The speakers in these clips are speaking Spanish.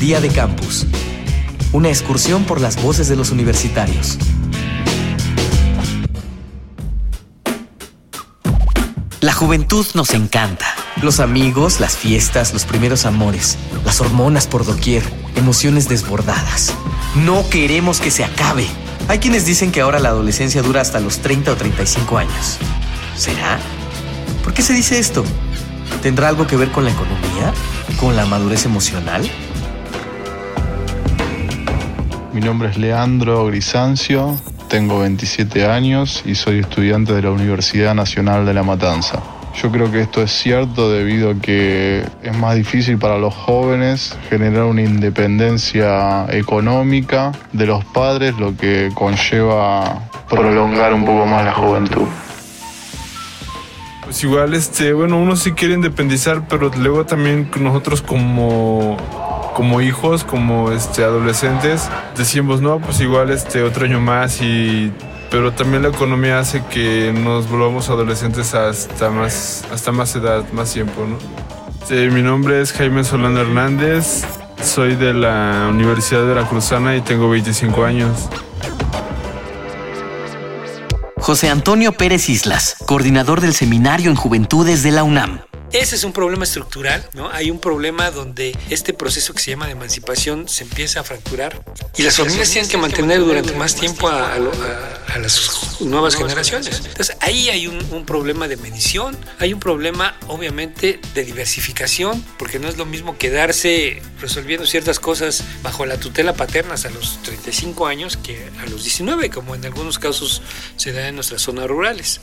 Día de Campus. Una excursión por las voces de los universitarios. La juventud nos encanta. Los amigos, las fiestas, los primeros amores, las hormonas por doquier, emociones desbordadas. No queremos que se acabe. Hay quienes dicen que ahora la adolescencia dura hasta los 30 o 35 años. ¿Será? ¿Por qué se dice esto? ¿Tendrá algo que ver con la economía? ¿Con la madurez emocional? Mi nombre es Leandro Grisancio, tengo 27 años y soy estudiante de la Universidad Nacional de La Matanza. Yo creo que esto es cierto debido a que es más difícil para los jóvenes generar una independencia económica de los padres, lo que conlleva prolongar un poco más la juventud. Pues igual, uno sí quiere independizar, pero luego también nosotros como hijos, como adolescentes, decimos, no, pues igual otro año más pero también la economía hace que nos volvamos adolescentes hasta más edad, más tiempo, ¿no? Mi nombre es Jaime Solano Hernández, soy de la Universidad Veracruzana y tengo 25 años. José Antonio Pérez Islas, coordinador del Seminario en Juventudes de la UNAM. Ese es un problema estructural, ¿no? Hay un problema donde este proceso que se llama de emancipación se empieza a fracturar y las familias tienen que mantener durante más tiempo a las nuevas generaciones. Entonces ahí hay un problema de medición, hay un problema obviamente de diversificación, porque no es lo mismo quedarse resolviendo ciertas cosas bajo la tutela paterna hasta los 35 años que a los 19, como en algunos casos se da en nuestras zonas rurales.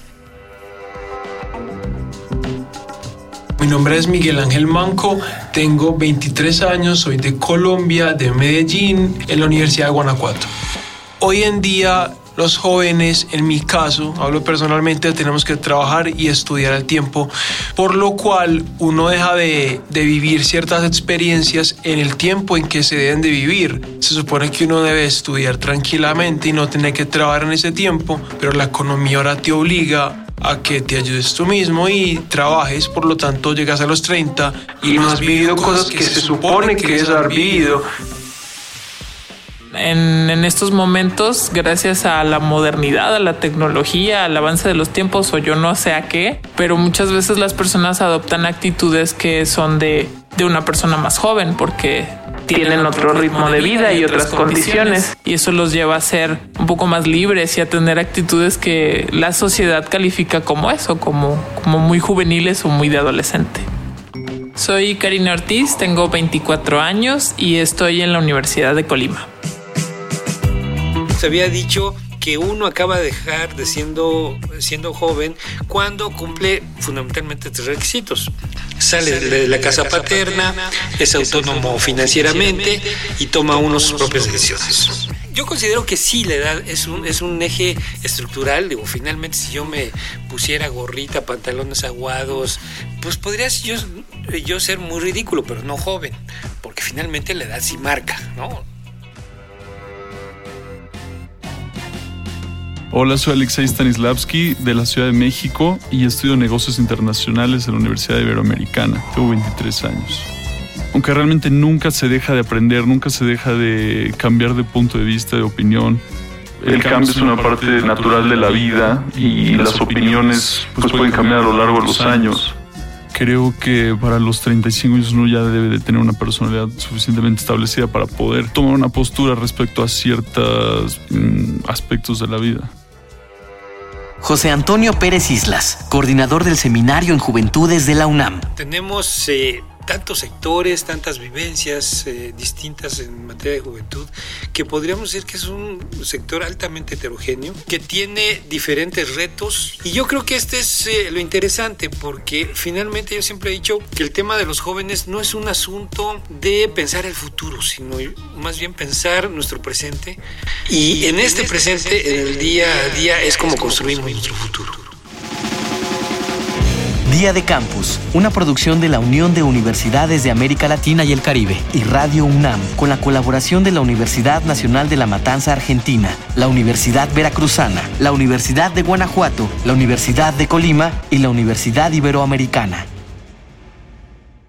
Mi nombre es Miguel Ángel Manco, tengo 23 años, soy de Colombia, de Medellín, en la Universidad de Guanajuato. Hoy en día los jóvenes, en mi caso, hablo personalmente, tenemos que trabajar y estudiar al tiempo, por lo cual uno deja de vivir ciertas experiencias en el tiempo en que se deben de vivir. Se supone que uno debe estudiar tranquilamente y no tener que trabajar en ese tiempo, pero la economía ahora te obliga a que te ayudes tú mismo y trabajes, por lo tanto llegas a los 30 y no has vivido cosas que se supone que debes haber vivido. En estos momentos, gracias a la modernidad, a la tecnología, al avance de los tiempos o yo no sé a qué, pero muchas veces las personas adoptan actitudes que son de una persona más joven porque tienen otro ritmo de vida y otras condiciones, y eso los lleva a ser un poco más libres y a tener actitudes que la sociedad califica como eso, como muy juveniles o muy de adolescente. Soy Karina Ortiz, tengo 24 años y estoy en la Universidad de Colima. Se había dicho que uno acaba de dejar de siendo joven cuando cumple fundamentalmente 3 requisitos. Sale de la casa paterna, es autónomo financieramente y toma uno sus propias decisiones. Yo considero que sí, la edad es un eje estructural. Digo, finalmente si yo me pusiera gorrita, pantalones aguados, pues podría yo ser muy ridículo, pero no joven, porque finalmente la edad sí marca, ¿no? Hola, soy Alexei Stanislavski de la Ciudad de México y estudio negocios internacionales en la Universidad Iberoamericana. Tengo 23 años. Aunque realmente nunca se deja de aprender, nunca se deja de cambiar de punto de vista, de opinión. El cambio es una parte natural de la vida y las opiniones pues pueden cambiar a lo largo de los años. Creo que para los 35 años uno ya debe de tener una personalidad suficientemente establecida para poder tomar una postura respecto a ciertos aspectos de la vida. José Antonio Pérez Islas, coordinador del Seminario en Juventudes de la UNAM. Tenemos tantos sectores, tantas vivencias distintas en materia de juventud, que podríamos decir que es un sector altamente heterogéneo, que tiene diferentes retos, y yo creo que este es lo interesante, porque finalmente yo siempre he dicho que el tema de los jóvenes no es un asunto de pensar el futuro, sino más bien pensar nuestro presente, y en este presente, en el día a día, es como construimos nuestro futuro. Día de Campus, una producción de la Unión de Universidades de América Latina y el Caribe y Radio UNAM, con la colaboración de la Universidad Nacional de La Matanza, Argentina, la Universidad Veracruzana, la Universidad de Guanajuato, la Universidad de Colima y la Universidad Iberoamericana.